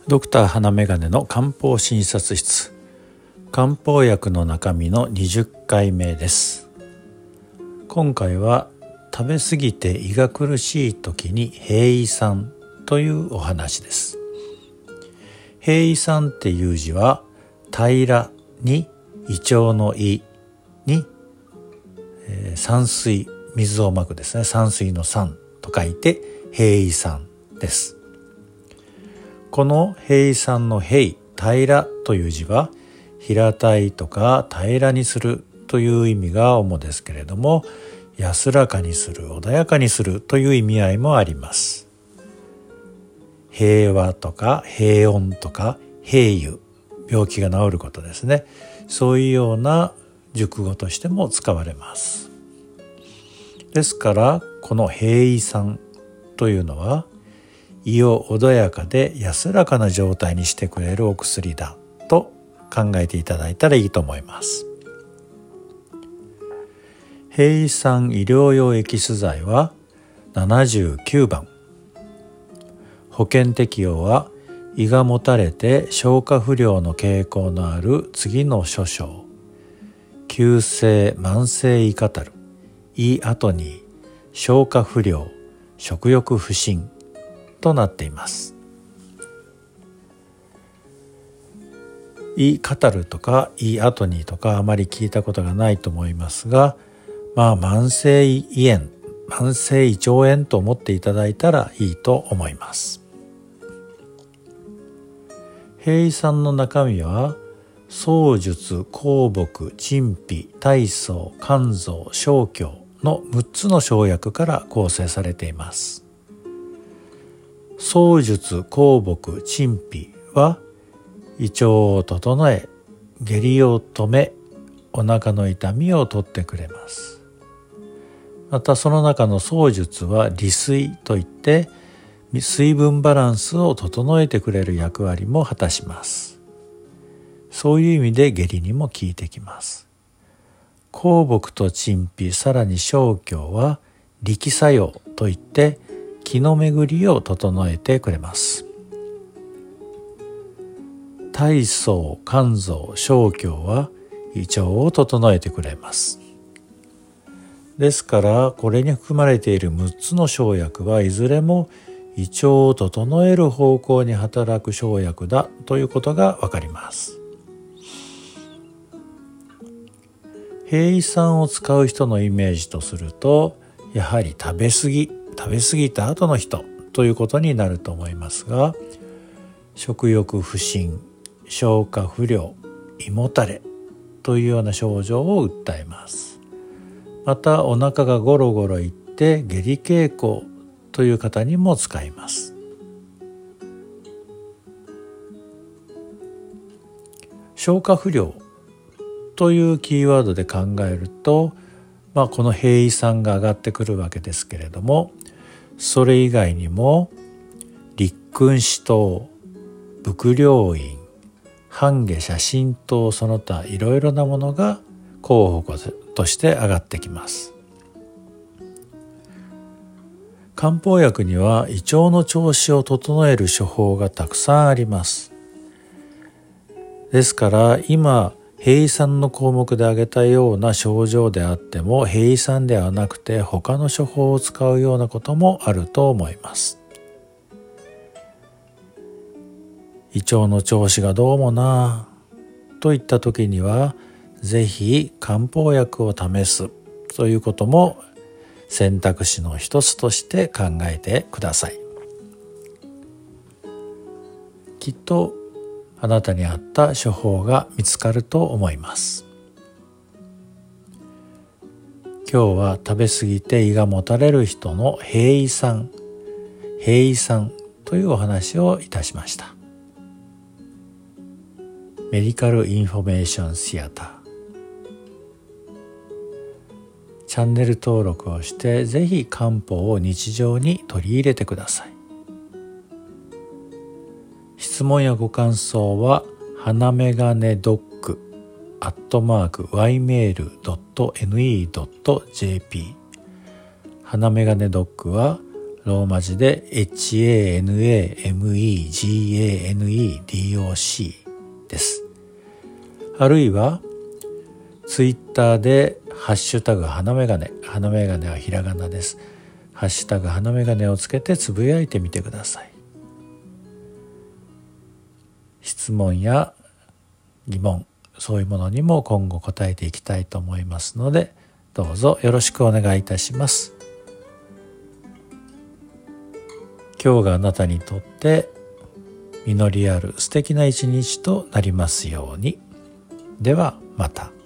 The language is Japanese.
ドクター花眼鏡の漢方診察室、漢方薬の中身の20回目です。今回は食べ過ぎて胃が苦しい時に平胃酸というお話です。平胃酸っていう字は平らに胃腸の胃に、山水、水をまくですね、山水の山と書いて平胃酸です。この平胃酸の平、平らという字は平たいとか平らにするという意味が主ですけれども、安らかにする、穏やかにするという意味合いもあります。平和とか平穏とか平癒、病気が治ることですね。そういうような熟語としても使われます。ですからこの平胃酸というのは胃を穏やかで安らかな状態にしてくれるお薬だと考えていただいたらいいと思います。平胃酸医療用エキス剤は79番。保険適用は胃がもたれて消化不良の傾向のある次の諸症、急性慢性胃カタル、胃アトニー、消化不良、食欲不振となっています。胃カタルとか胃アトニーとかあまり聞いたことがないと思いますが、慢性胃炎、慢性胃腸炎と思っていただいたらいいと思います。平胃酸の中身は蒼術、香木、陳皮、大草、甘草、生姜の6つの生薬から構成されています。蒼術、香木、陳皮は胃腸を整え、下痢を止め、お腹の痛みを取ってくれます。またその中の蒼術は利水といって水分バランスを整えてくれる役割も果たします。そういう意味で下痢にも効いてきます。香木と陳皮、さらに生姜は力作用といって気の巡りを整えてくれます。大草、甘草、生姜は胃腸を整えてくれます。ですからこれに含まれている6つの生薬はいずれも胃腸を整える方向に働く生薬だということがわかります。平胃酸を使う人のイメージとすると、やはり食べ過ぎた後の人ということになると思いますが、食欲不振、消化不良、胃もたれというような症状を訴えます。またお腹がゴロゴロいって下痢傾向という方にも使います。消化不良というキーワードで考えると、この平胃酸が上がってくるわけですけれども、それ以外にも立君子湯、伏量飲、半下写真等その他いろいろなものが候補として上がってきます。漢方薬には胃腸の調子を整える処方がたくさんあります。ですから今平胃酸の項目で挙げたような症状であっても平胃酸ではなくて他の処方を使うようなこともあると思います。胃腸の調子がどうもなといった時にはぜひ漢方薬を試すということも選択肢の一つとして考えてください。きっとあなたに合った処方が見つかると思います。今日は食べ過ぎて胃がもたれる人の平胃酸というお話をいたしました。メディカルインフォメーションシアター、チャンネル登録をしてぜひ漢方を日常に取り入れてください。質問やご感想は花眼鏡ドッグ@ymail.ne.jp 花眼鏡ドッグはローマ字で HANAMEGANEDOC です。あるいはツイッターでハッシュタグ花メガネ、花メガネはひらがなです。ハッシュタグ花メガネをつけてつぶやいてみてください。質問や疑問、そういうものにも今後答えていきたいと思いますので、どうぞよろしくお願いいたします。今日があなたにとって実りある素敵な一日となりますように。ではまた。